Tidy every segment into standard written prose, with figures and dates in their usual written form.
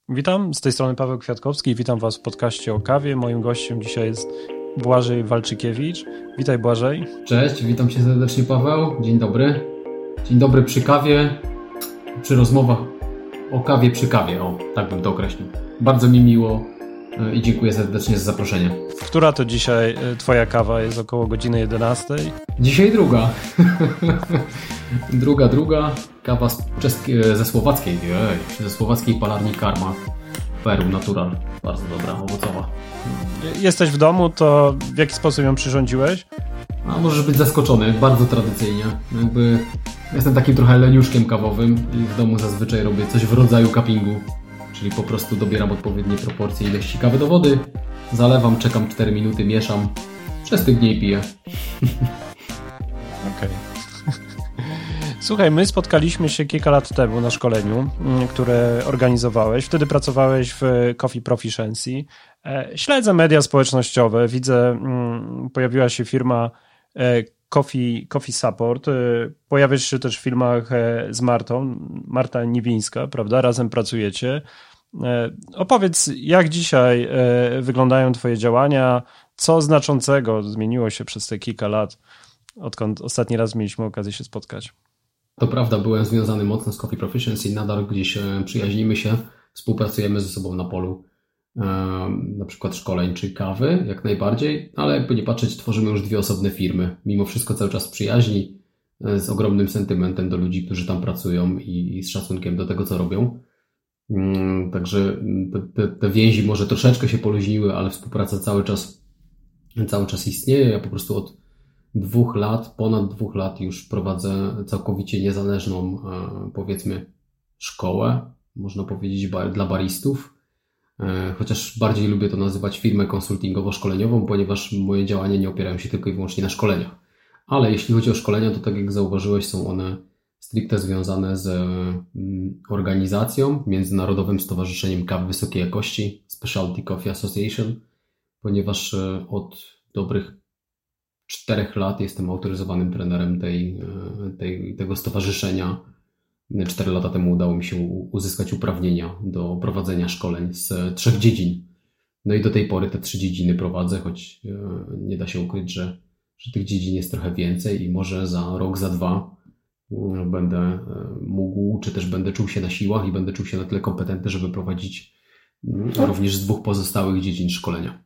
Witam, z tej strony Paweł Kwiatkowski, witam Was w podcaście o kawie. Moim gościem dzisiaj jest Błażej Walczykiewicz. Witaj, Błażej. Cześć, witam Cię serdecznie, Paweł. Dzień dobry. Dzień dobry przy kawie, przy rozmowach o kawie przy kawie, o, tak bym to określił. Bardzo mi miło i dziękuję serdecznie za zaproszenie. Która to dzisiaj Twoja kawa? Jest około godziny 11? Dzisiaj druga. druga. Kawa ze słowackiej palarni Karma. Peru Natural. Bardzo dobra, owocowa. Jesteś w domu, to w jaki sposób ją przyrządziłeś? A możesz być zaskoczony, bardzo tradycyjnie. Jestem takim trochę leniuszkiem kawowym i w domu zazwyczaj robię coś w rodzaju cuppingu. Czyli po prostu dobieram odpowiednie proporcje ilości kawy do wody, zalewam, czekam 4 minuty, mieszam, przestygnie i piję. Okej. Słuchaj, my spotkaliśmy się kilka lat temu na szkoleniu, które organizowałeś. Wtedy pracowałeś w Coffee Proficiency. Śledzę media społecznościowe, widzę, pojawiła się firma Coffee Support. Pojawiasz się też w filmach z Martą, Marta Niwińska, prawda? Razem pracujecie. Opowiedz, jak dzisiaj wyglądają Twoje działania? Co znaczącego zmieniło się przez te kilka lat, odkąd ostatni raz mieliśmy okazję się spotkać? To prawda, byłem związany mocno z Coffee Proficiency, nadal gdzieś przyjaźnimy się, współpracujemy ze sobą na polu na przykład szkoleń czy kawy, jak najbardziej, ale jakby nie patrzeć, tworzymy już 2 osobne firmy. Mimo wszystko cały czas przyjaźni, z ogromnym sentymentem do ludzi, którzy tam pracują i z szacunkiem do tego, co robią. Także te więzi może troszeczkę się poluźniły, ale współpraca cały czas istnieje. Ja po prostu od 2 lat, ponad 2 lat już prowadzę całkowicie niezależną, powiedzmy, szkołę, można powiedzieć, dla baristów. Chociaż bardziej lubię to nazywać firmę konsultingowo-szkoleniową, ponieważ moje działania nie opierają się tylko i wyłącznie na szkoleniach. Ale jeśli chodzi o szkolenia, to tak jak zauważyłeś, są one stricte związane z organizacją, Międzynarodowym Stowarzyszeniem Kawy Wysokiej Jakości, Specialty Coffee Association, ponieważ od dobrych 4 lat jestem autoryzowanym trenerem tego stowarzyszenia. 4 lata temu udało mi się uzyskać uprawnienia do prowadzenia szkoleń z 3 dziedzin. No i do tej pory te 3 dziedziny prowadzę, choć nie da się ukryć, że tych dziedzin jest trochę więcej i może za rok, za 2 będę mógł, czy też będę czuł się na siłach i będę czuł się na tyle kompetentny, żeby prowadzić również z 2 pozostałych dziedzin szkolenia.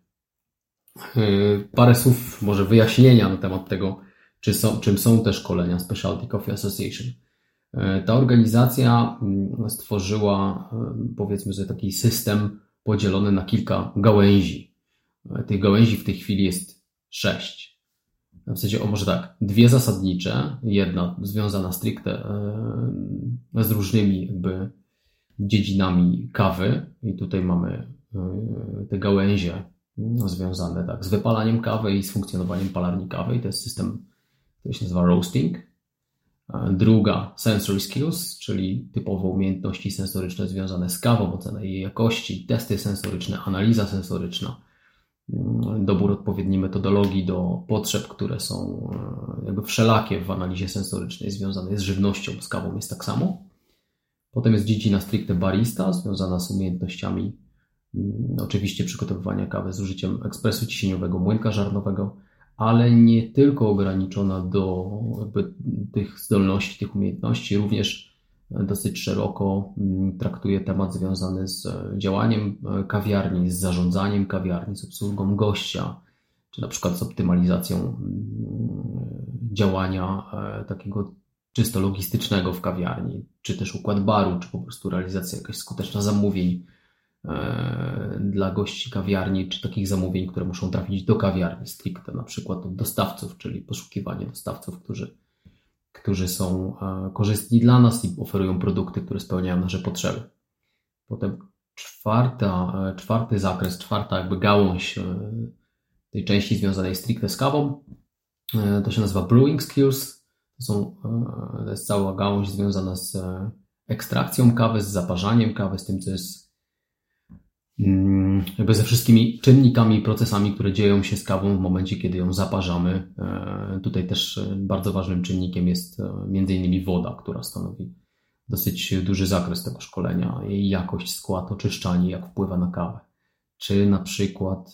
Parę słów, może wyjaśnienia na temat tego, czym są te szkolenia Specialty Coffee Association. Ta organizacja stworzyła, powiedzmy sobie, taki system podzielony na kilka gałęzi. Tych gałęzi w tej chwili jest 6. W zasadzie, może tak, 2 zasadnicze, jedna związana stricte z różnymi jakby dziedzinami kawy i tutaj mamy te gałęzie związane tak z wypalaniem kawy i z funkcjonowaniem palarni kawy i to jest system, który się nazywa roasting. Druga sensory skills, czyli typowo umiejętności sensoryczne związane z kawą, ocena jej jakości, testy sensoryczne, analiza sensoryczna, dobór odpowiedniej metodologii do potrzeb, które są jakby wszelakie w analizie sensorycznej związanej z żywnością, z kawą jest tak samo. Potem jest dziedzina stricte barista, związana z umiejętnościami oczywiście przygotowywania kawy z użyciem ekspresu ciśnieniowego, młynka żarnowego, ale nie tylko ograniczona do jakby tych zdolności, tych umiejętności, również dosyć szeroko traktuje temat związany z działaniem kawiarni, z zarządzaniem kawiarni, z obsługą gościa, czy na przykład z optymalizacją działania takiego czysto logistycznego w kawiarni, czy też układ baru, czy po prostu realizacja jakaś skuteczna zamówień dla gości kawiarni, czy takich zamówień, które muszą trafić do kawiarni stricte, na przykład od dostawców, czyli poszukiwanie dostawców, którzy są korzystni dla nas i oferują produkty, które spełniają nasze potrzeby. Potem czwarty zakres, czwarta jakby gałąź tej części związanej stricte z kawą, to się nazywa brewing skills. To jest cała gałąź związana z ekstrakcją kawy, z zaparzaniem kawy, z tym, co jest jakby ze wszystkimi czynnikami i procesami, które dzieją się z kawą w momencie, kiedy ją zaparzamy. Tutaj też bardzo ważnym czynnikiem jest m.in. woda, która stanowi dosyć duży zakres tego szkolenia, jej jakość, skład, oczyszczanie, jak wpływa na kawę. Czy na przykład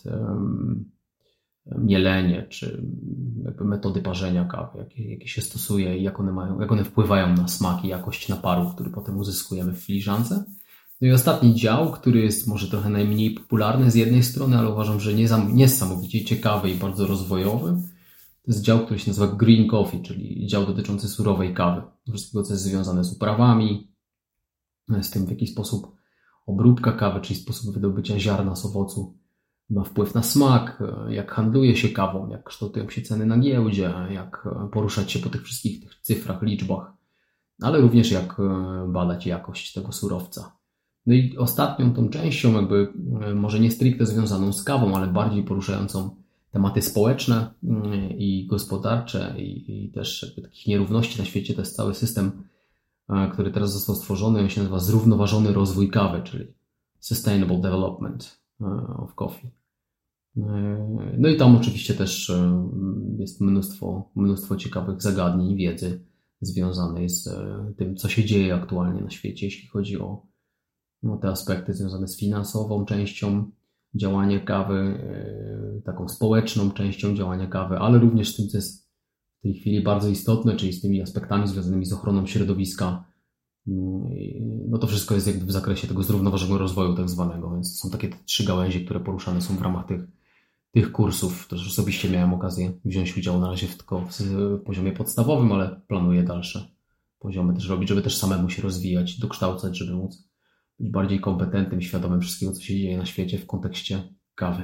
mielenie, czy jakby metody parzenia kawy, jakie się stosuje i jak one wpływają na smak i jakość naparu, który potem uzyskujemy w filiżance. No i ostatni dział, który jest może trochę najmniej popularny z jednej strony, ale uważam, że niesamowicie ciekawy i bardzo rozwojowy. To jest dział, który się nazywa Green Coffee, czyli dział dotyczący surowej kawy. Wszystkiego, co jest związane z uprawami, z tym, w jaki sposób obróbka kawy, czyli sposób wydobycia ziarna z owocu ma wpływ na smak, jak handluje się kawą, jak kształtują się ceny na giełdzie, jak poruszać się po tych wszystkich tych cyfrach, liczbach, ale również jak badać jakość tego surowca. No i ostatnią tą częścią, jakby może nie stricte związaną z kawą, ale bardziej poruszającą tematy społeczne i gospodarcze i też jakby takich nierówności na świecie, to jest cały system, który teraz został stworzony, on się nazywa Zrównoważony Rozwój Kawy, czyli Sustainable Development of Coffee. No i tam oczywiście też jest mnóstwo ciekawych zagadnień, wiedzy związanej z tym, co się dzieje aktualnie na świecie, jeśli chodzi o te aspekty związane z finansową częścią działania kawy, taką społeczną częścią działania kawy, ale również z tym, co jest w tej chwili bardzo istotne, czyli z tymi aspektami związanymi z ochroną środowiska. No to wszystko jest jakby w zakresie tego zrównoważonego rozwoju tak zwanego, więc są takie 3 gałęzie, które poruszane są w ramach tych kursów. Też osobiście miałem okazję wziąć udział na razie tylko w poziomie podstawowym, ale planuję dalsze poziomy też robić, żeby też samemu się rozwijać, dokształcać, żeby móc być bardziej kompetentnym, świadomym wszystkiego, co się dzieje na świecie w kontekście kawy.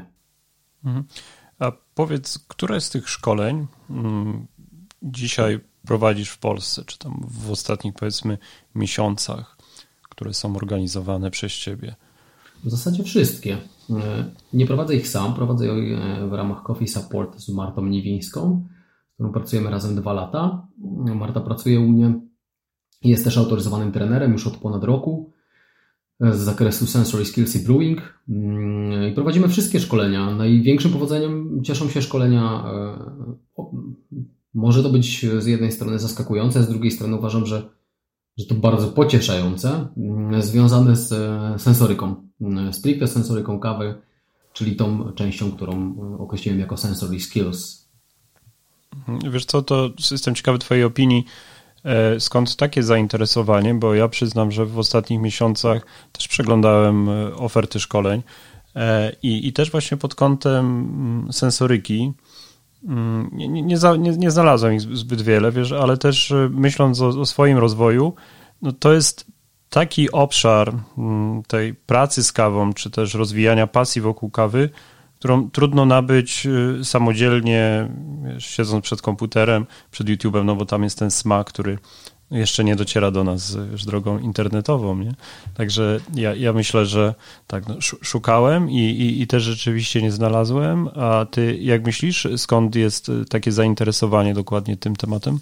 A powiedz, które z tych szkoleń dzisiaj prowadzisz w Polsce, czy tam w ostatnich, powiedzmy, miesiącach, które są organizowane przez Ciebie? W zasadzie wszystkie. Nie prowadzę ich sam, prowadzę je w ramach Coffee Support z Martą Niwińską, z którą pracujemy razem 2 lata. Marta pracuje u mnie i jest też autoryzowanym trenerem już od ponad roku z zakresu Sensory Skills i Brewing. I prowadzimy wszystkie szkolenia. Największym powodzeniem cieszą się szkolenia. Może to być z jednej strony zaskakujące, z drugiej strony uważam, że to bardzo pocieszające, związane z sensoryką, stricte sensoryką kawy, czyli tą częścią, którą określiłem jako Sensory Skills. Wiesz co, to jestem ciekawy Twojej opinii, skąd takie zainteresowanie, bo ja przyznam, że w ostatnich miesiącach też przeglądałem oferty szkoleń i też właśnie pod kątem sensoryki nie znalazłem ich zbyt wiele, wiesz, ale też myśląc o swoim rozwoju, no to jest taki obszar tej pracy z kawą, czy też rozwijania pasji wokół kawy, którą trudno nabyć samodzielnie, wiesz, siedząc przed komputerem, przed YouTube'em, no bo tam jest ten smak, który jeszcze nie dociera do nas, wiesz, drogą internetową, nie? Także ja myślę, że tak, no, szukałem i też rzeczywiście nie znalazłem, a ty jak myślisz, skąd jest takie zainteresowanie dokładnie tym tematem?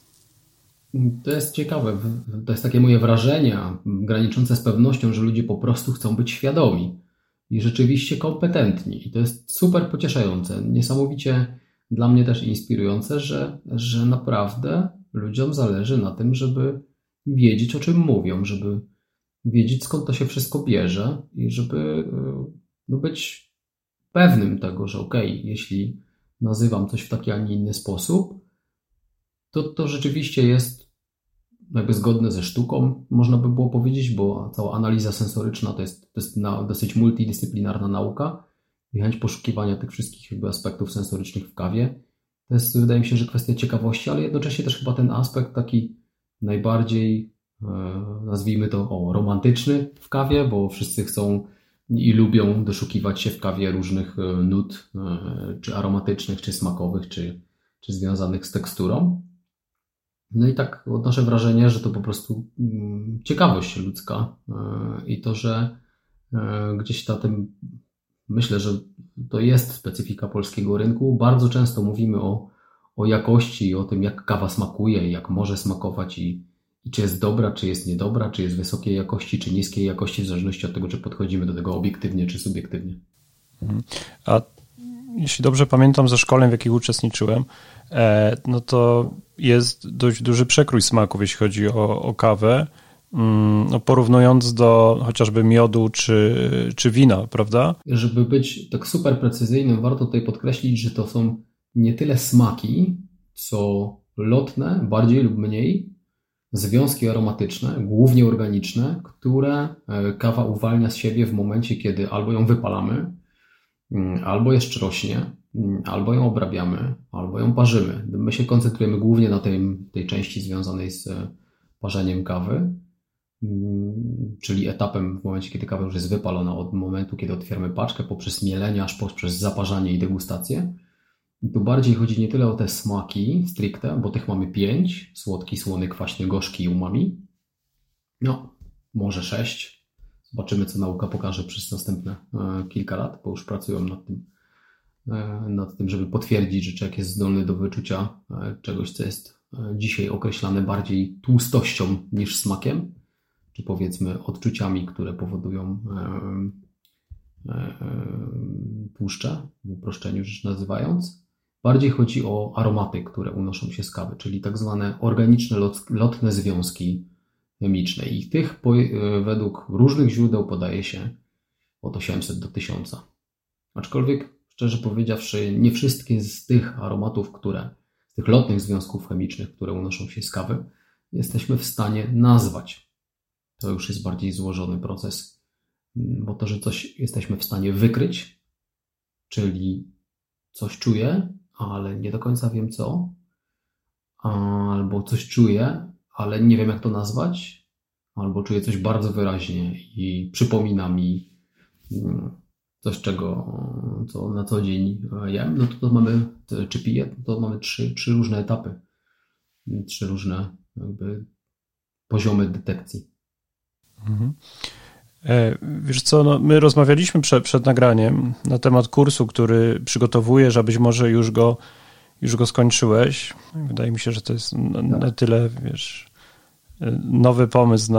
To jest ciekawe, to jest takie moje wrażenie, graniczące z pewnością, że ludzie po prostu chcą być świadomi i rzeczywiście kompetentni i to jest super pocieszające, niesamowicie dla mnie też inspirujące, że naprawdę ludziom zależy na tym, żeby wiedzieć, o czym mówią, żeby wiedzieć, skąd to się wszystko bierze i żeby być pewnym tego, że jeśli nazywam coś w taki, a nie inny sposób, to rzeczywiście jest jakby zgodne ze sztuką, można by było powiedzieć, bo cała analiza sensoryczna to jest dosyć multidyscyplinarna nauka i chęć poszukiwania tych wszystkich jakby aspektów sensorycznych w kawie. To jest, wydaje mi się, że kwestia ciekawości, ale jednocześnie też chyba ten aspekt taki najbardziej, nazwijmy to, romantyczny w kawie, bo wszyscy chcą i lubią doszukiwać się w kawie różnych nut, czy aromatycznych, czy smakowych, czy związanych z teksturą. No i tak odnoszę wrażenie, że to po prostu ciekawość ludzka i to, że gdzieś myślę, że to jest specyfika polskiego rynku. Bardzo często mówimy o jakości i o tym, jak kawa smakuje, jak może smakować i czy jest dobra, czy jest niedobra, czy jest wysokiej jakości, czy niskiej jakości, w zależności od tego, czy podchodzimy do tego obiektywnie, czy subiektywnie. A jeśli dobrze pamiętam ze szkoleń, w jakich uczestniczyłem, no to jest dość duży przekrój smaków, jeśli chodzi o kawę. no porównując do chociażby miodu czy wina, prawda? Żeby być tak super precyzyjnym, warto tutaj podkreślić, że to są nie tyle smaki, co lotne, bardziej lub mniej, związki aromatyczne, głównie organiczne, które kawa uwalnia z siebie w momencie, kiedy albo ją wypalamy, albo jeszcze rośnie, albo ją obrabiamy, albo ją parzymy. My się koncentrujemy głównie na tej części związanej z parzeniem kawy, czyli etapem w momencie, kiedy kawa już jest wypalona, od momentu, kiedy otwieramy paczkę, poprzez mielenie, aż poprzez zaparzanie i degustację. I tu bardziej chodzi nie tyle o te smaki stricte, bo tych mamy 5, słodki, słony, kwaśny, gorzki i umami. No, może 6. Zobaczymy, co nauka pokaże przez następne kilka lat, bo już pracują nad tym, żeby potwierdzić, że człowiek jest zdolny do wyczucia czegoś, co jest dzisiaj określane bardziej tłustością niż smakiem, czy powiedzmy odczuciami, które powodują tłuszcze, w uproszczeniu rzecz nazywając. Bardziej chodzi o aromaty, które unoszą się z kawy, czyli tak zwane organiczne, lotne związki chemiczne. I tych według różnych źródeł podaje się od 800 do 1000. Aczkolwiek, szczerze powiedziawszy, nie wszystkie z tych aromatów, z tych lotnych związków chemicznych, które unoszą się z kawy, jesteśmy w stanie nazwać. To już jest bardziej złożony proces, bo to, że coś jesteśmy w stanie wykryć, czyli coś czuję, ale nie do końca wiem co, albo coś czuję, ale nie wiem jak to nazwać, albo czuję coś bardzo wyraźnie i przypomina mi coś, co na co dzień jem, no to mamy, czy piję, to mamy trzy różne etapy, 3 różne jakby poziomy detekcji. Mhm. Wiesz co, no my rozmawialiśmy przed nagraniem na temat kursu, który przygotowujesz, a być może już go skończyłeś. Wydaje mi się, że to jest na tyle, nowy pomysł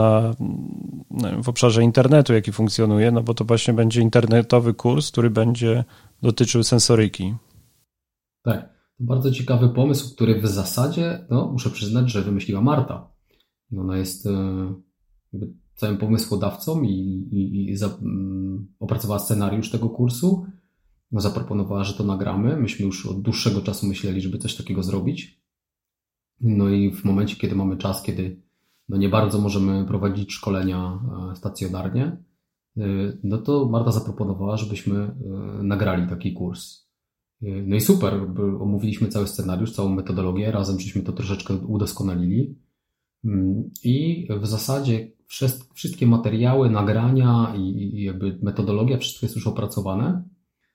w obszarze internetu, jaki funkcjonuje, no bo to właśnie będzie internetowy kurs, który będzie dotyczył sensoryki. Tak, to bardzo ciekawy pomysł, który w zasadzie, muszę przyznać, że wymyśliła Marta. Ona jest całym pomysłodawcą i opracowała scenariusz tego kursu. Zaproponowała, że to nagramy. Myśmy już od dłuższego czasu myśleli, żeby coś takiego zrobić. No i w momencie, kiedy mamy czas, kiedy nie bardzo możemy prowadzić szkolenia stacjonarnie, no to Marta zaproponowała, żebyśmy nagrali taki kurs. No i super, omówiliśmy cały scenariusz, całą metodologię, razem żeśmy to troszeczkę udoskonalili i w zasadzie wszystkie materiały, nagrania i jakby metodologia, wszystko jest już opracowane.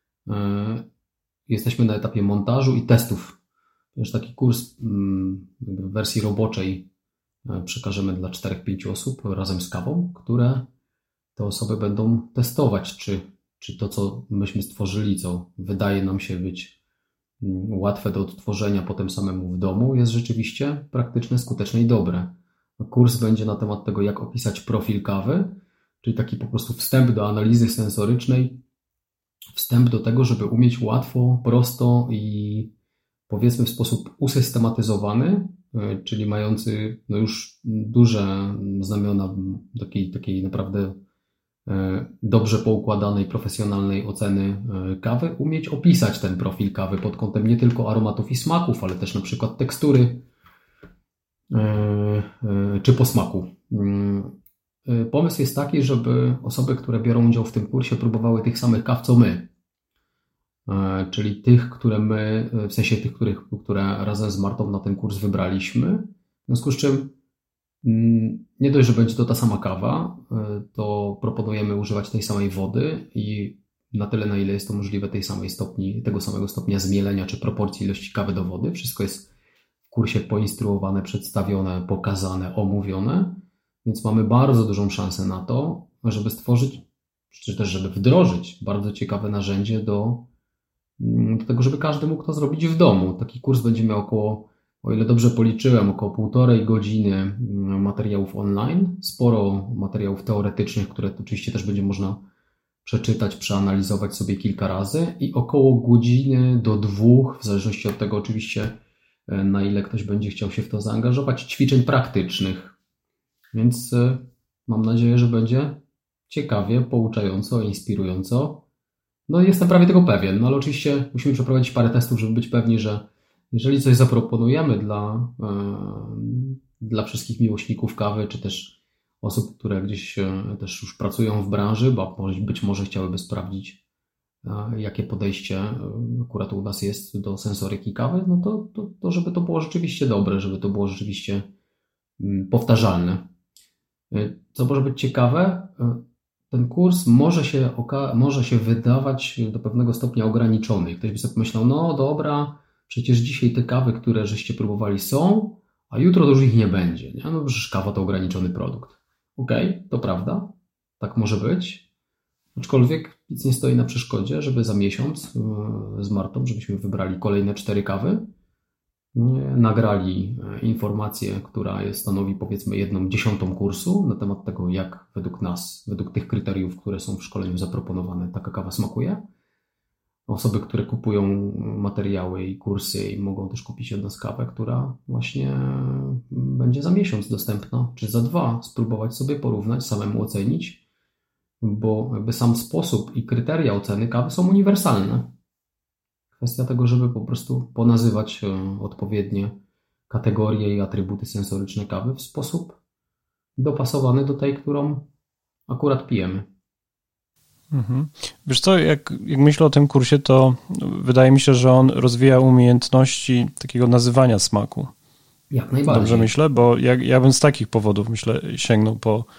Jesteśmy na etapie montażu i testów. Też taki kurs w wersji roboczej przekażemy dla 4-5 osób razem z kawą, które te osoby będą testować, czy to, co myśmy stworzyli, co wydaje nam się być łatwe do odtworzenia potem samemu w domu, jest rzeczywiście praktyczne, skuteczne i dobre. Kurs będzie na temat tego, jak opisać profil kawy, czyli taki po prostu wstęp do analizy sensorycznej, wstęp do tego, żeby umieć łatwo, prosto i powiedzmy w sposób usystematyzowany, czyli mający już duże znamiona takiej naprawdę dobrze poukładanej, profesjonalnej oceny kawy, umieć opisać ten profil kawy pod kątem nie tylko aromatów i smaków, ale też na przykład tekstury czy posmaku. Pomysł jest taki, żeby osoby, które biorą udział w tym kursie, próbowały tych samych kaw co my. Czyli tych, które my, w sensie tych, które razem z Martą na ten kurs wybraliśmy. W związku z czym nie dość, że będzie to ta sama kawa, to proponujemy używać tej samej wody i na tyle, na ile jest to możliwe, tego samego stopnia zmielenia czy proporcji ilości kawy do wody. Wszystko jest w kursie poinstruowane, przedstawione, pokazane, omówione, więc mamy bardzo dużą szansę na to, żeby stworzyć, czy też żeby wdrożyć bardzo ciekawe narzędzie do tego, żeby każdy mógł to zrobić w domu. Taki kurs będzie miał około, o ile dobrze policzyłem, około 1,5 godziny materiałów online, sporo materiałów teoretycznych, które oczywiście też będzie można przeczytać, przeanalizować sobie kilka razy i około godziny do 2, w zależności od tego oczywiście, na ile ktoś będzie chciał się w to zaangażować, ćwiczeń praktycznych, Więc mam nadzieję, że będzie ciekawie, pouczająco, inspirująco. No jestem prawie tego pewien, no ale oczywiście musimy przeprowadzić parę testów, żeby być pewni, że jeżeli coś zaproponujemy dla wszystkich miłośników kawy, czy też osób, które gdzieś też już pracują w branży, bo być może chciałyby sprawdzić, jakie podejście akurat u nas jest do sensoryki kawy, no to żeby to było rzeczywiście dobre, żeby to było rzeczywiście powtarzalne. Co może być ciekawe, ten kurs może się wydawać do pewnego stopnia ograniczony. Ktoś by sobie pomyślał, no dobra, przecież dzisiaj te kawy, które żeście próbowali są, a jutro to już ich nie będzie. Nie? No przecież kawa to ograniczony produkt. Okej, to prawda, tak może być. Aczkolwiek nic nie stoi na przeszkodzie, żeby za miesiąc z Martą, żebyśmy wybrali kolejne 4 kawy, nagrali informację, która stanowi powiedzmy 1/10 kursu na temat tego, jak według nas, według tych kryteriów, które są w szkoleniu zaproponowane, taka kawa smakuje. Osoby, które kupują materiały i kursy i mogą też kupić od nas kawę, która właśnie będzie za miesiąc dostępna, czy za 2, spróbować sobie porównać, samemu ocenić, bo jakby sam sposób i kryteria oceny kawy są uniwersalne. Kwestia tego, żeby po prostu ponazywać odpowiednie kategorie i atrybuty sensoryczne kawy w sposób dopasowany do tej, którą akurat pijemy. Mhm. Wiesz co, jak myślę o tym kursie, to wydaje mi się, że on rozwija umiejętności takiego nazywania smaku. Jak najbardziej. Dobrze myślę, bo ja bym z takich powodów, myślę, sięgnął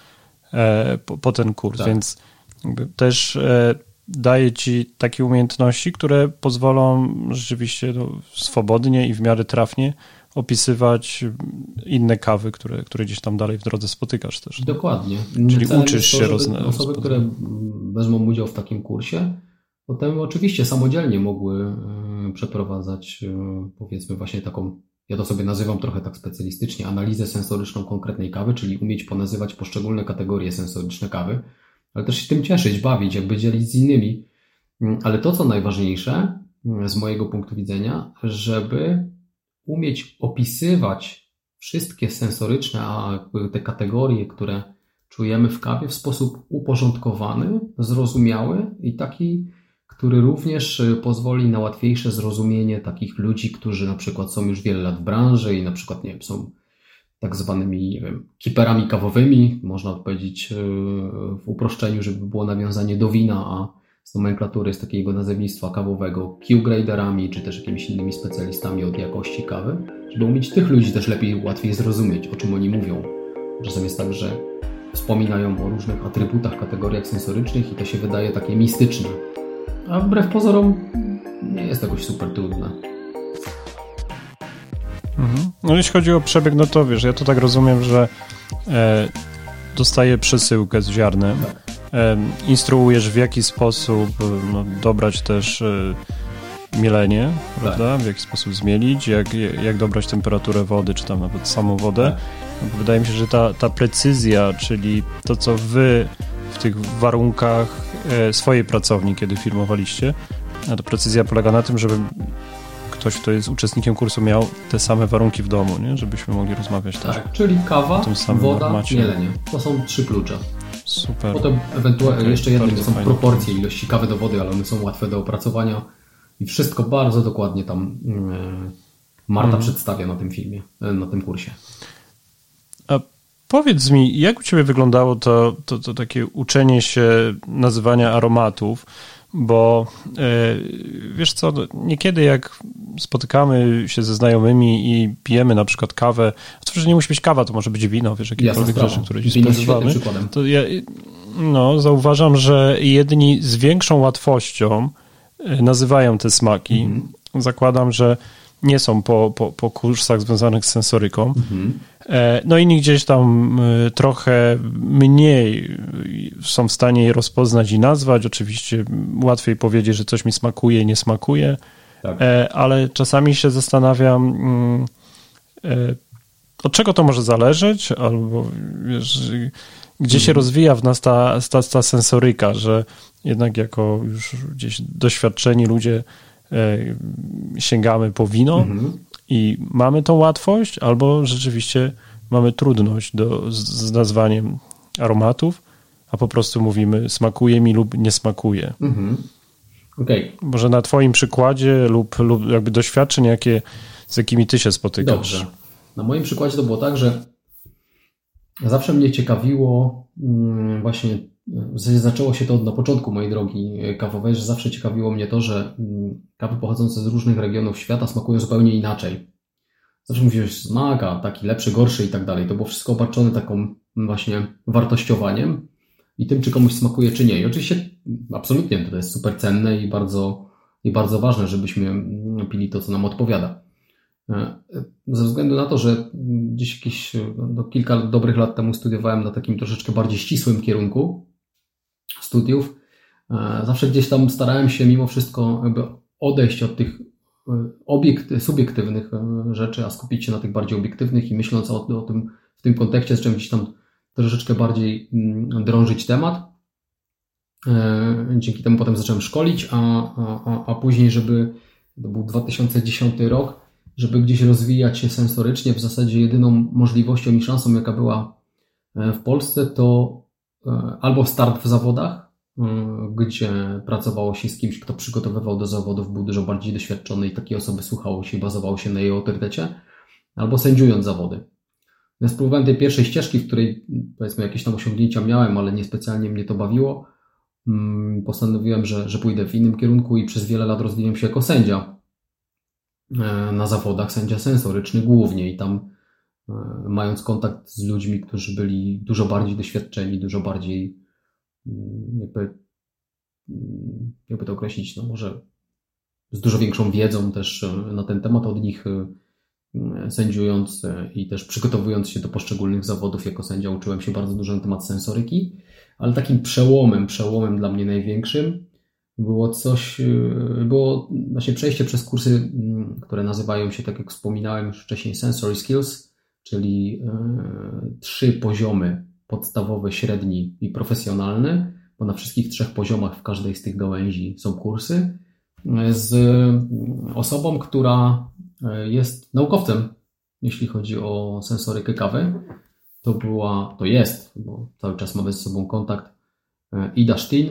po ten kurs, tak. Więc też daje ci takie umiejętności, które pozwolą rzeczywiście swobodnie i w miarę trafnie opisywać inne kawy, które gdzieś tam dalej w drodze spotykasz też. Dokładnie. Czyli uczysz się osoby, które wezmą udział w takim kursie, potem oczywiście samodzielnie mogły przeprowadzać, powiedzmy właśnie taką, ja to sobie nazywam trochę tak specjalistycznie, analizę sensoryczną konkretnej kawy, czyli umieć ponazywać poszczególne kategorie sensoryczne kawy, ale też się tym cieszyć, bawić, jakby dzielić z innymi. Ale to, co najważniejsze z mojego punktu widzenia, żeby umieć opisywać wszystkie sensoryczne, a te kategorie, które czujemy w kawie w sposób uporządkowany, zrozumiały i taki, który również pozwoli na łatwiejsze zrozumienie takich ludzi, którzy na przykład są już wiele lat w branży i na przykład, nie wiem, są tak zwanymi, nie wiem, kiperami kawowymi, można powiedzieć w uproszczeniu, żeby było nawiązanie do wina, a z nomenklatury, z takiego nazewnictwa kawowego, Q-graderami, czy też jakimiś innymi specjalistami od jakości kawy, żeby umieć tych ludzi też lepiej, łatwiej zrozumieć, o czym oni mówią. Czasem jest tak, że wspominają o różnych atrybutach, kategoriach sensorycznych i to się wydaje takie mistyczne. A wbrew pozorom nie jest jakoś super trudne. No jeśli chodzi o przebieg, no to wiesz, ja to tak rozumiem, że dostaję przesyłkę z ziarnem, instruujesz w jaki sposób dobrać też mielenie, prawda? W jaki sposób zmielić, jak dobrać temperaturę wody, czy tam nawet samą wodę. Wydaje mi się, że ta precyzja, czyli to, co wy w tych warunkach swojej pracowni, kiedy filmowaliście, a ta precyzja polega na tym, żeby ktoś, kto jest uczestnikiem kursu, miał te same warunki w domu, nie? Żebyśmy mogli rozmawiać też. Tak, czyli kawa, woda, formacie. Mielenie. To są 3 klucze. Super. Potem ewentualnie jeszcze jednym są proporcje ilości kawy do wody, ale one są łatwe do opracowania i wszystko bardzo dokładnie tam Marta przedstawia na tym filmie, na tym kursie. A powiedz mi, jak u ciebie wyglądało to takie uczenie się nazywania aromatów? Bo wiesz co, niekiedy jak spotykamy się ze znajomymi i pijemy na przykład kawę, to że nie musi być kawa, to może być wino, wiesz, jakiekolwiek rzeczy, które ci spożywamy, to ja zauważam, że jedni z większą łatwością nazywają te smaki. Zakładam, że nie są po kursach związanych z sensoryką. No inni gdzieś tam trochę mniej są w stanie je rozpoznać i nazwać. Oczywiście łatwiej powiedzieć, że coś mi smakuje, nie smakuje, tak. Ale czasami się zastanawiam, od czego to może zależeć, albo wiesz, gdzie się rozwija w nas ta sensoryka, że jednak jako już gdzieś doświadczeni ludzie sięgamy po wino i mamy tą łatwość, albo rzeczywiście mamy trudność z nazwaniem aromatów, a po prostu mówimy smakuje mi lub nie smakuje. Okay. Może na twoim przykładzie lub jakby doświadczeń, z jakimi ty się spotykasz. Dobrze. Na moim przykładzie to było tak, że zawsze mnie ciekawiło właśnie, w zasadzie zaczęło się to na początku mojej drogi kawowej, że zawsze ciekawiło mnie to, że kawy pochodzące z różnych regionów świata smakują zupełnie inaczej. Zawsze mówiłeś smak, a taki lepszy, gorszy i tak dalej. To było wszystko obarczone taką właśnie wartościowaniem i tym, czy komuś smakuje, czy nie. I oczywiście absolutnie to jest super cenne i bardzo ważne, żebyśmy pili to, co nam odpowiada. Ze względu na to, że gdzieś kilka dobrych lat temu studiowałem na takim troszeczkę bardziej ścisłym kierunku studiów, zawsze gdzieś tam starałem się mimo wszystko jakby odejść od tych subiektywnych rzeczy, a skupić się na tych bardziej obiektywnych i myśląc o tym w tym kontekście, zacząłem gdzieś tam troszeczkę bardziej drążyć temat. Dzięki temu potem zacząłem szkolić, a później, to był 2010 rok, żeby gdzieś rozwijać się sensorycznie, w zasadzie jedyną możliwością i szansą, jaka była w Polsce, to albo start w zawodach, gdzie pracowało się z kimś, kto przygotowywał do zawodów, był dużo bardziej doświadczony i takiej osoby słuchało się i bazowało się na jej autorytecie, albo sędziując zawody. Ja spróbowałem tej pierwszej ścieżki, w której powiedzmy jakieś tam osiągnięcia miałem, ale niespecjalnie mnie to bawiło. Postanowiłem, że pójdę w innym kierunku i przez wiele lat rozwijałem się jako sędzia na zawodach, sędzia sensoryczny głównie i tam mając kontakt z ludźmi, którzy byli dużo bardziej doświadczeni, dużo bardziej jakby to określić, no może z dużo większą wiedzą też na ten temat od nich, sędziując i też przygotowując się do poszczególnych zawodów jako sędzia, uczyłem się bardzo dużo na temat sensoryki, ale takim przełomem dla mnie największym było właśnie przejście przez kursy, które nazywają się, tak jak wspominałem już wcześniej, Sensory Skills, czyli 3 poziomy: podstawowy, średni i profesjonalny, bo na wszystkich 3 poziomach w każdej z tych gałęzi są kursy, z osobą, która jest naukowcem, jeśli chodzi o sensorykę kawy. To jest, bo cały czas mamy ze sobą kontakt, Ida Steen,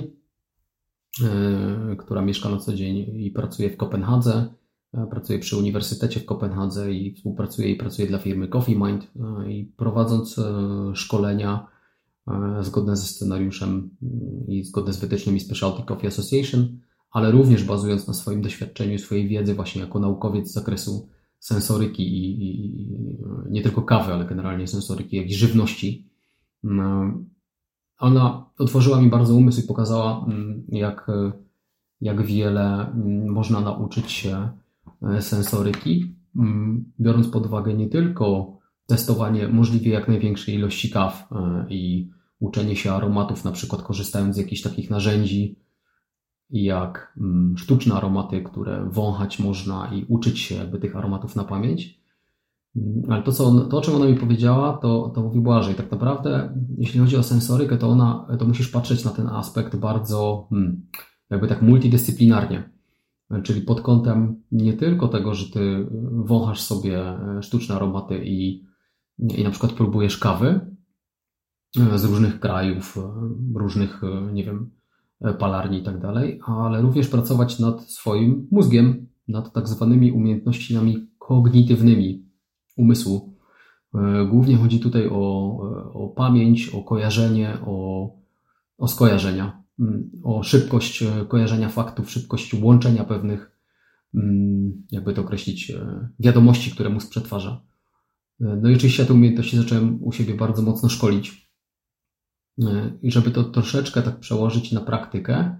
która mieszka na co dzień i pracuje w Kopenhadze, pracuje przy Uniwersytecie w Kopenhadze i pracuje dla firmy Coffee Mind i prowadząc szkolenia zgodne ze scenariuszem i zgodne z wytycznymi Specialty Coffee Association, ale również bazując na swoim doświadczeniu, swojej wiedzy właśnie jako naukowiec z zakresu sensoryki i nie tylko kawy, ale generalnie sensoryki, jak i żywności. Ona otworzyła mi bardzo umysł i pokazała, jak wiele można nauczyć się sensoryki, biorąc pod uwagę nie tylko testowanie możliwie jak największej ilości kaw i uczenie się aromatów, na przykład korzystając z jakichś takich narzędzi jak sztuczne aromaty, które wąchać można i uczyć się jakby tych aromatów na pamięć. Ale to, o czym ona mi powiedziała, to mówi Błażej. Tak naprawdę, jeśli chodzi o sensorykę, to musisz patrzeć na ten aspekt bardzo jakby tak multidyscyplinarnie. Czyli pod kątem nie tylko tego, że ty wąchasz sobie sztuczne aromaty i na przykład próbujesz kawy z różnych krajów, różnych, nie wiem, palarni i tak dalej, ale również pracować nad swoim mózgiem, nad tak zwanymi umiejętnościami kognitywnymi umysłu. Głównie chodzi tutaj o pamięć, o kojarzenie, o skojarzenia, o szybkość kojarzenia faktów, szybkość łączenia pewnych, jakby to określić, wiadomości, które mózg przetwarza. No i oczywiście ja te umiejętności zacząłem u siebie bardzo mocno szkolić. I żeby to troszeczkę tak przełożyć na praktykę,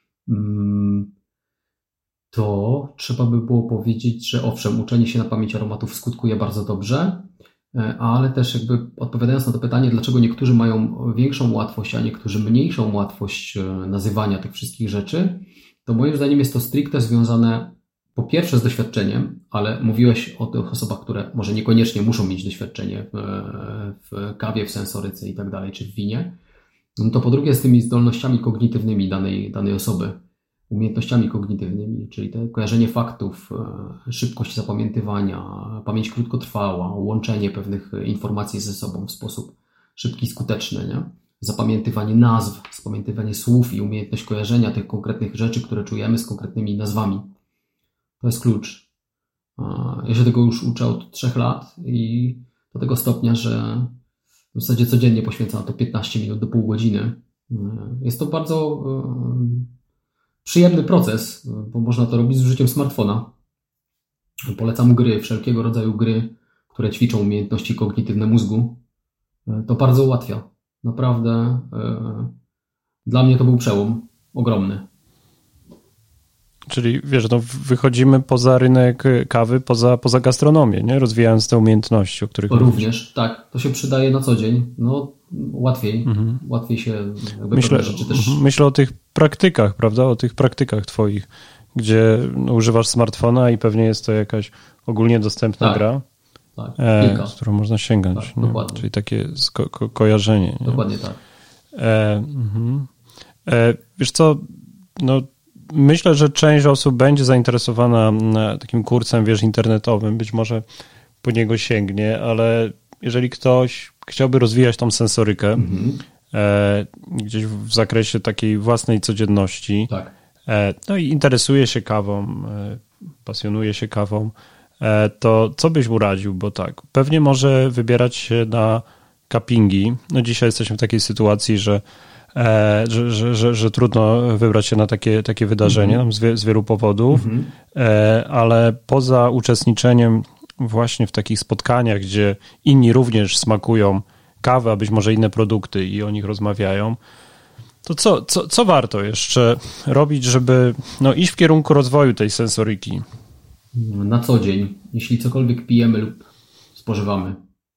to trzeba by było powiedzieć, że owszem, uczenie się na pamięć aromatów skutkuje bardzo dobrze, ale też jakby odpowiadając na to pytanie, dlaczego niektórzy mają większą łatwość, a niektórzy mniejszą łatwość nazywania tych wszystkich rzeczy, to moim zdaniem jest to stricte związane po pierwsze z doświadczeniem, ale mówiłeś o tych osobach, które może niekoniecznie muszą mieć doświadczenie w kawie, w sensoryce i tak dalej, czy w winie, no to po drugie z tymi zdolnościami kognitywnymi danej osoby. umiejętnościami kognitywnymi, czyli te kojarzenie faktów, szybkość zapamiętywania, pamięć krótkotrwała, łączenie pewnych informacji ze sobą w sposób szybki i skuteczny, nie? Zapamiętywanie nazw, zapamiętywanie słów i umiejętność kojarzenia tych konkretnych rzeczy, które czujemy z konkretnymi nazwami. To jest klucz. Ja się tego już uczę od 3 lat i do tego stopnia, że w zasadzie codziennie poświęcam na to 15 minut do pół godziny. Jest to bardzo przyjemny proces, bo można to robić z użyciem smartfona. Polecam gry, wszelkiego rodzaju gry, które ćwiczą umiejętności kognitywne mózgu. To bardzo ułatwia. Naprawdę dla mnie to był przełom ogromny. Czyli wiesz, no wychodzimy poza rynek kawy, poza gastronomię, nie? Rozwijając te umiejętności, o których również, tak. To się przydaje na co dzień. No łatwiej się pewne rzeczy też... Myślę o tych praktykach, prawda? O tych praktykach twoich, gdzie używasz smartfona i pewnie jest to jakaś ogólnie dostępna gra, z którą można sięgnąć. Tak, dokładnie. Czyli takie kojarzenie. Nie? Dokładnie tak. Wiesz co, no myślę, że część osób będzie zainteresowana takim kursem, wiesz, internetowym, być może po niego sięgnie, ale jeżeli ktoś chciałby rozwijać tą sensorykę gdzieś w zakresie takiej własnej codzienności, tak. No i interesuje się kawą, pasjonuje się kawą, to co byś mu radził? Bo tak, pewnie może wybierać się na cuppingi. No dzisiaj jesteśmy w takiej sytuacji, że trudno wybrać się na takie wydarzenie z wielu powodów, ale poza uczestniczeniem właśnie w takich spotkaniach, gdzie inni również smakują kawę, a być może inne produkty i o nich rozmawiają, to co warto jeszcze robić, żeby iść w kierunku rozwoju tej sensoryki? Na co dzień, jeśli cokolwiek pijemy lub spożywamy,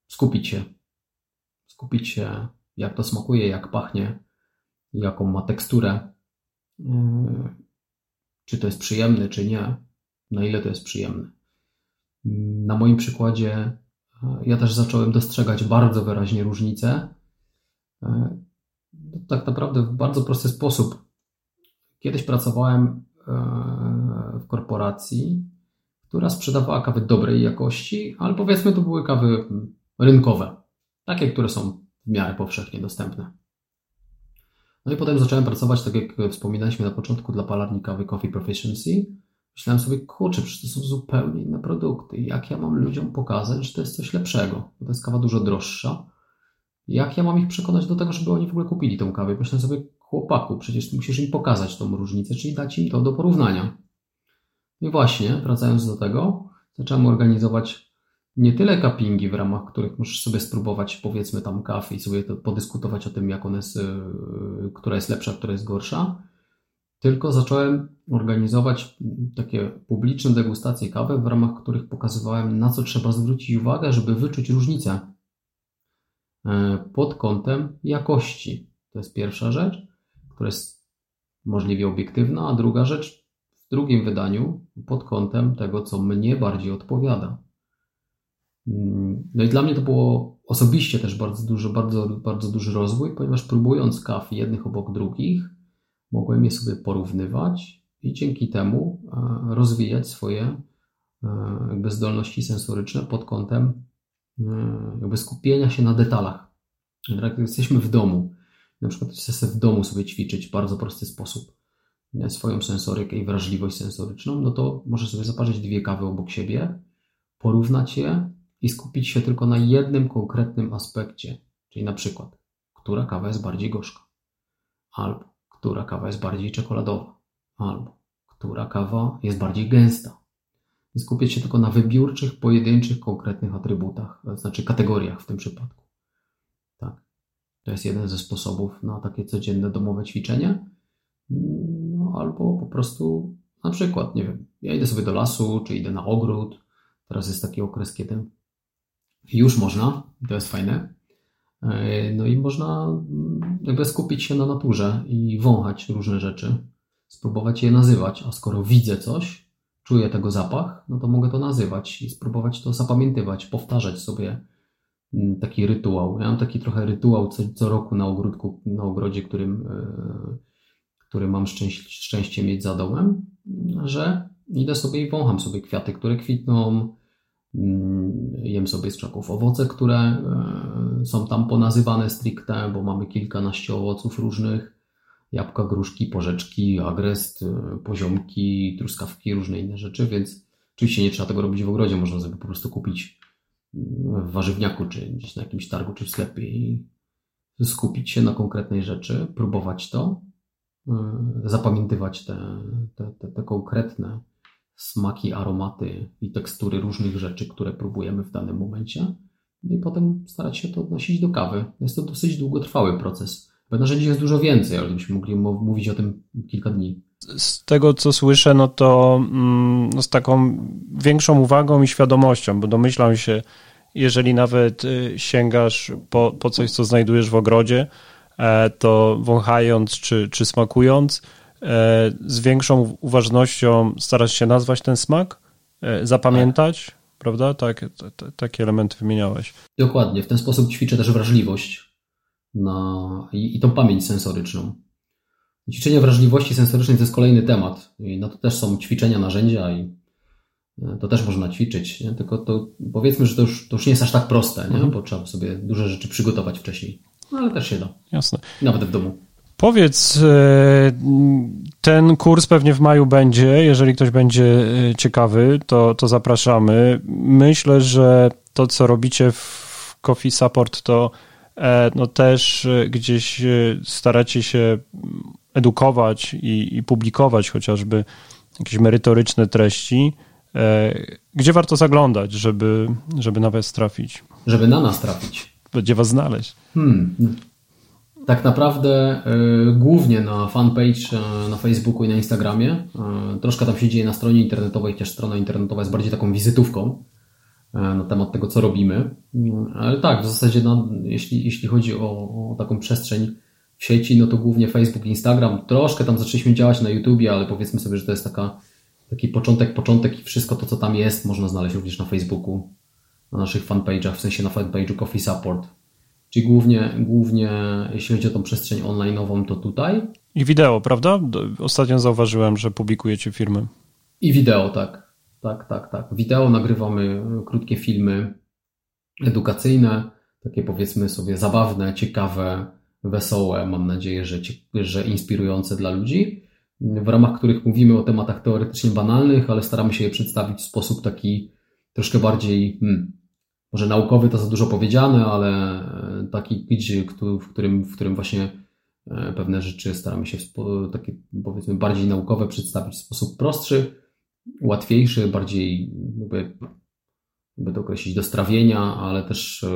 skupić się, jak to smakuje, jak pachnie, jaką ma teksturę, czy to jest przyjemne, czy nie, na ile to jest przyjemne. Na moim przykładzie ja też zacząłem dostrzegać bardzo wyraźnie różnice, tak naprawdę w bardzo prosty sposób. Kiedyś pracowałem w korporacji, która sprzedawała kawy dobrej jakości, ale powiedzmy to były kawy rynkowe, takie, które są w miarę powszechnie dostępne. No i potem zacząłem pracować, tak jak wspominaliśmy na początku, dla palarni kawy Coffee Proficiency. Myślałem sobie, kurczę, przecież to są zupełnie inne produkty. Jak ja mam ludziom pokazać, że to jest coś lepszego? Bo to jest kawa dużo droższa. Jak ja mam ich przekonać do tego, żeby oni w ogóle kupili tą kawę? Myślałem sobie, chłopaku, przecież musisz im pokazać tą różnicę, czyli dać im to do porównania. I właśnie, wracając do tego, zacząłem organizować nie tyle cuppingi, w ramach których możesz sobie spróbować, powiedzmy, tam kawy i sobie to podyskutować o tym, jak ona jest, która jest lepsza, która jest gorsza, tylko zacząłem organizować takie publiczne degustacje kawy, w ramach których pokazywałem, na co trzeba zwrócić uwagę, żeby wyczuć różnicę pod kątem jakości. To jest pierwsza rzecz, która jest możliwie obiektywna, a druga rzecz w drugim wydaniu pod kątem tego, co mnie bardziej odpowiada. No i dla mnie to było osobiście też bardzo duży rozwój, ponieważ próbując kaw jednych obok drugich, mogłem je sobie porównywać i dzięki temu rozwijać swoje zdolności sensoryczne pod kątem skupienia się na detalach. Jak jesteśmy w domu, na przykład chcę w domu sobie ćwiczyć w bardzo prosty sposób swoją sensorykę i wrażliwość sensoryczną, no to możesz sobie zaparzyć 2 kawy obok siebie, porównać je i skupić się tylko na jednym konkretnym aspekcie, czyli na przykład, która kawa jest bardziej gorzka, albo która kawa jest bardziej czekoladowa, albo która kawa jest bardziej gęsta. I skupić się tylko na wybiórczych, pojedynczych, konkretnych atrybutach, to znaczy kategoriach w tym przypadku. Tak. To jest jeden ze sposobów na takie codzienne domowe ćwiczenie. No, albo po prostu na przykład, nie wiem, ja idę sobie do lasu, czy idę na ogród. Teraz jest taki okres, kiedy już można, to jest fajne. No i można jakby skupić się na naturze i wąchać różne rzeczy, spróbować je nazywać, a skoro widzę coś, czuję tego zapach, no to mogę to nazywać i spróbować to zapamiętywać, powtarzać sobie taki rytuał. Ja mam taki trochę rytuał co roku na ogrodzie, który mam szczęście mieć za domem, że idę sobie i wącham sobie kwiaty, które kwitną, jem sobie z krzaków owoce, które są tam ponazywane stricte, bo mamy kilkanaście owoców różnych, jabłka, gruszki, porzeczki, agrest, poziomki, truskawki, różne inne rzeczy, więc oczywiście nie trzeba tego robić w ogrodzie, można sobie po prostu kupić w warzywniaku, czy gdzieś na jakimś targu, czy w sklepie i skupić się na konkretnej rzeczy, próbować to, zapamiętywać te konkretne smaki, aromaty i tekstury różnych rzeczy, które próbujemy w danym momencie i potem starać się to odnosić do kawy. Jest to dosyć długotrwały proces. Narzędzi jest dużo więcej, ale byśmy mogli mówić o tym kilka dni. Z tego, co słyszę, no to z taką większą uwagą i świadomością, bo domyślam się, jeżeli nawet sięgasz po coś, co znajdujesz w ogrodzie, to wąchając czy smakując, z większą uważnością starasz się nazwać ten smak, zapamiętać, tak. Prawda? Takie elementy wymieniałeś. Dokładnie. W ten sposób ćwiczę też wrażliwość i tą pamięć sensoryczną. Ćwiczenie wrażliwości sensorycznej to jest kolejny temat. I na to też są ćwiczenia, narzędzia i to też można ćwiczyć. Nie? Tylko to powiedzmy, że to już nie jest aż tak proste, nie? Bo trzeba sobie duże rzeczy przygotować wcześniej. No ale też się da. Jasne. Nawet w domu. Powiedz, ten kurs pewnie w maju będzie, jeżeli ktoś będzie ciekawy, to zapraszamy. Myślę, że to, co robicie w Coffee Support, to no też gdzieś staracie się edukować i publikować chociażby jakieś merytoryczne treści. Gdzie warto zaglądać, żeby na was trafić? Żeby na nas trafić. Gdzie was znaleźć? Tak naprawdę głównie na fanpage na Facebooku i na Instagramie. Troszkę tam się dzieje na stronie internetowej, chociaż strona internetowa jest bardziej taką wizytówką na temat tego, co robimy. Ale tak, w zasadzie jeśli chodzi o taką przestrzeń w sieci, no to głównie Facebook, Instagram. Troszkę tam zaczęliśmy działać na YouTubie, ale powiedzmy sobie, że to jest taki początek i wszystko to, co tam jest, można znaleźć również na Facebooku, na naszych fanpage'ach, w sensie na fanpage'u Coffee Support. Czyli głównie jeśli chodzi o tą przestrzeń online'ową, to tutaj. I wideo, prawda? Ostatnio zauważyłem, że publikujecie filmy. I wideo, tak. Wideo nagrywamy krótkie filmy edukacyjne, takie powiedzmy sobie zabawne, ciekawe, wesołe, mam nadzieję, że inspirujące dla ludzi, w ramach których mówimy o tematach teoretycznie banalnych, ale staramy się je przedstawić w sposób taki troszkę bardziej, może naukowy to za dużo powiedziane, ale taki, w którym właśnie pewne rzeczy staramy się takie powiedzmy bardziej naukowe przedstawić w sposób prostszy, łatwiejszy, bardziej jakby to określić do strawienia, ale też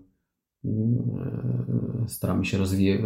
staramy się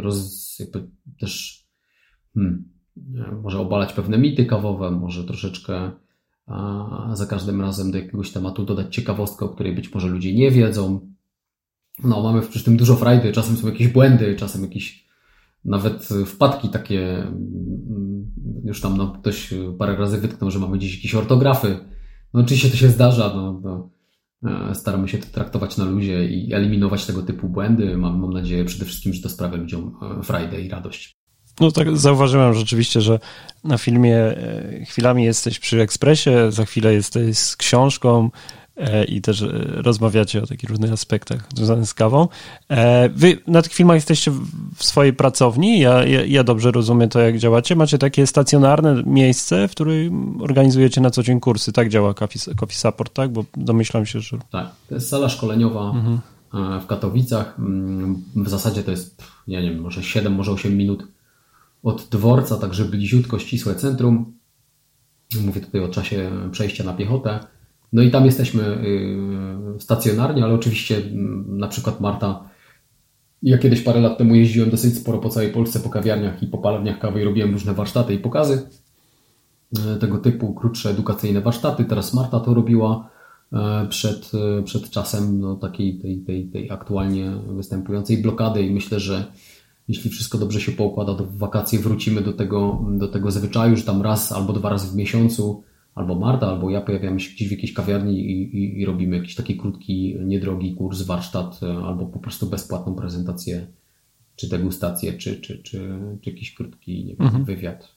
może obalać pewne mity kawowe, może troszeczkę za każdym razem do jakiegoś tematu dodać ciekawostkę, o której być może ludzie nie wiedzą. No, mamy przy tym dużo frajdy, czasem są jakieś błędy, czasem jakieś nawet wpadki takie, już tam ktoś parę razy wytknął, że mamy gdzieś jakieś ortografy. No oczywiście to się zdarza, staramy się to traktować na luzie i eliminować tego typu błędy. Mam nadzieję przede wszystkim, że to sprawia ludziom frajdę i radość. No tak zauważyłem rzeczywiście, że na filmie chwilami jesteś przy ekspresie, za chwilę jesteś z książką i też rozmawiacie o takich różnych aspektach związanych z kawą. Wy na tych filmach jesteście w swojej pracowni, ja dobrze rozumiem to, jak działacie. Macie takie stacjonarne miejsce, w którym organizujecie na co dzień kursy. Tak działa Coffee Support, tak? Bo domyślam się, że... Tak, to jest sala szkoleniowa w Katowicach. W zasadzie to jest, nie wiem, może 7, może 8 minut od dworca, także bliziutko, ścisłe centrum. Mówię tutaj o czasie przejścia na piechotę. No i tam jesteśmy stacjonarnie, ale oczywiście na przykład Marta, ja kiedyś parę lat temu jeździłem dosyć sporo po całej Polsce, po kawiarniach i po palowniach kawy i robiłem różne warsztaty i pokazy tego typu, krótsze edukacyjne warsztaty. Teraz Marta to robiła przed czasem tej aktualnie występującej blokady i myślę, że jeśli wszystko dobrze się poukłada, to w wakacje wrócimy do tego zwyczaju, że tam raz albo 2 razy w miesiącu albo Marta, albo ja pojawiamy się gdzieś w jakiejś kawiarni i robimy jakiś taki krótki, niedrogi kurs, warsztat, albo po prostu bezpłatną prezentację czy degustację, czy jakiś krótki, nie wiem, wywiad.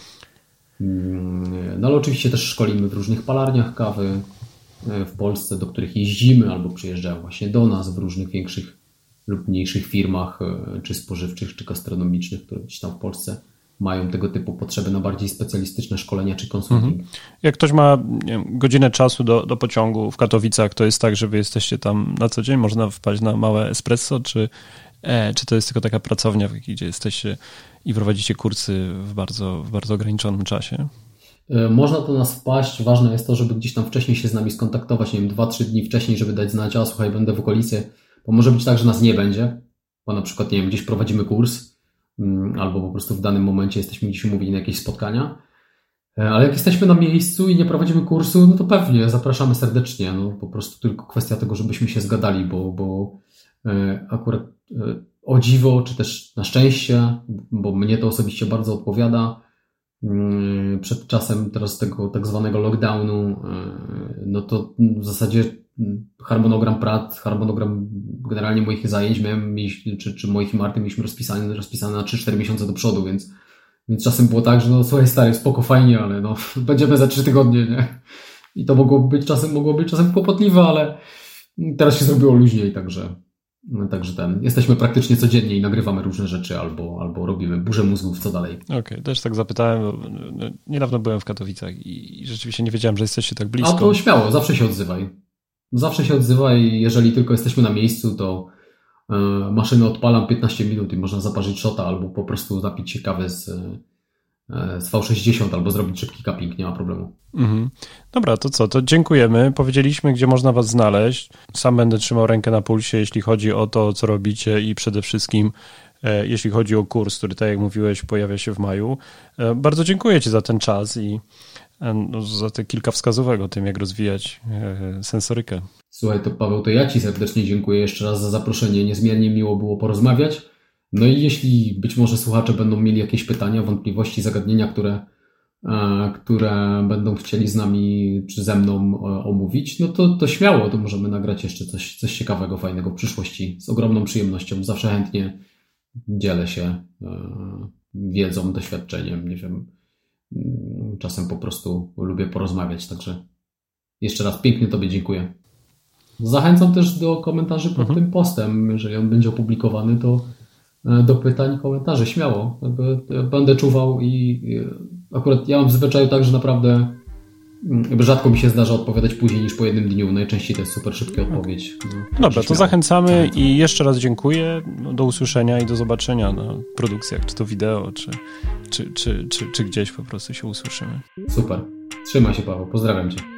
No ale oczywiście też szkolimy w różnych palarniach kawy w Polsce, do których jeździmy albo przyjeżdżają właśnie do nas w różnych większych lub mniejszych firmach, czy spożywczych, czy gastronomicznych, które gdzieś tam w Polsce mają tego typu potrzeby na bardziej specjalistyczne szkolenia czy konsulting. Jak ktoś ma, nie wiem, godzinę czasu do pociągu w Katowicach, to jest tak, że wy jesteście tam na co dzień? Można wpaść na małe espresso, czy to jest tylko taka pracownia, gdzie jesteście i prowadzicie kursy w bardzo ograniczonym czasie? Można do nas wpaść. Ważne jest to, żeby gdzieś tam wcześniej się z nami skontaktować, nie wiem, 2-3 dni wcześniej, żeby dać znać, słuchaj, będę w okolicy, bo może być tak, że nas nie będzie, bo na przykład, nie wiem, gdzieś prowadzimy kurs, albo po prostu w danym momencie jesteśmy gdzieś umówieni na jakieś spotkania, ale jak jesteśmy na miejscu i nie prowadzimy kursu, no to pewnie zapraszamy serdecznie, no po prostu tylko kwestia tego, żebyśmy się zgadali, bo akurat o dziwo, czy też na szczęście, bo mnie to osobiście bardzo odpowiada, przed czasem teraz tego tak zwanego lockdownu, no to w zasadzie harmonogram prac, harmonogram generalnie moich zajęć czy moich i Marty mieliśmy rozpisane na 3-4 miesiące do przodu, więc czasem było tak, że no słuchaj stary, spoko, fajnie, ale no będziemy za 3 tygodnie, nie? I to mogło być czasem kłopotliwe, ale teraz się zrobiło luźniej, także jesteśmy praktycznie codziennie i nagrywamy różne rzeczy albo robimy burzę mózgów, co dalej. Okej, też tak zapytałem, bo niedawno byłem w Katowicach i rzeczywiście nie wiedziałem, że jesteście tak blisko. A to śmiało, zawsze się odzywaj. Zawsze się odzywaj, jeżeli tylko jesteśmy na miejscu, to maszynę odpalam 15 minut i można zaparzyć shota albo po prostu napić się kawy z V60 albo zrobić szybki cupping, nie ma problemu. Dobra, to co? To dziękujemy. Powiedzieliśmy, gdzie można was znaleźć. Sam będę trzymał rękę na pulsie, jeśli chodzi o to, co robicie i przede wszystkim jeśli chodzi o kurs, który, tak jak mówiłeś, pojawia się w maju. Bardzo dziękuję ci za ten czas i za te kilka wskazówek o tym, jak rozwijać sensorykę. Słuchaj, to Paweł, to ja ci serdecznie dziękuję jeszcze raz za zaproszenie. Niezmiernie miło było porozmawiać. No i jeśli być może słuchacze będą mieli jakieś pytania, wątpliwości, zagadnienia, które będą chcieli z nami czy ze mną omówić, no to śmiało, to możemy nagrać jeszcze coś ciekawego, fajnego w przyszłości. Z ogromną przyjemnością. Zawsze chętnie dzielę się wiedzą, doświadczeniem, nie wiem. Czasem po prostu lubię porozmawiać, także jeszcze raz pięknie Tobie dziękuję. Zachęcam też do komentarzy pod tym postem. Jeżeli on będzie opublikowany, to do pytań, komentarzy, śmiało. Będę czuwał i akurat ja mam w zwyczaju tak, że naprawdę rzadko mi się zdarza odpowiadać później niż po jednym dniu. Najczęściej to jest super szybka odpowiedź. Dobra, to zachęcamy i jeszcze raz dziękuję. Do usłyszenia i do zobaczenia na produkcjach, czy to wideo, czy gdzieś po prostu się usłyszymy. Super. Trzymaj się, Paweł. Pozdrawiam Cię.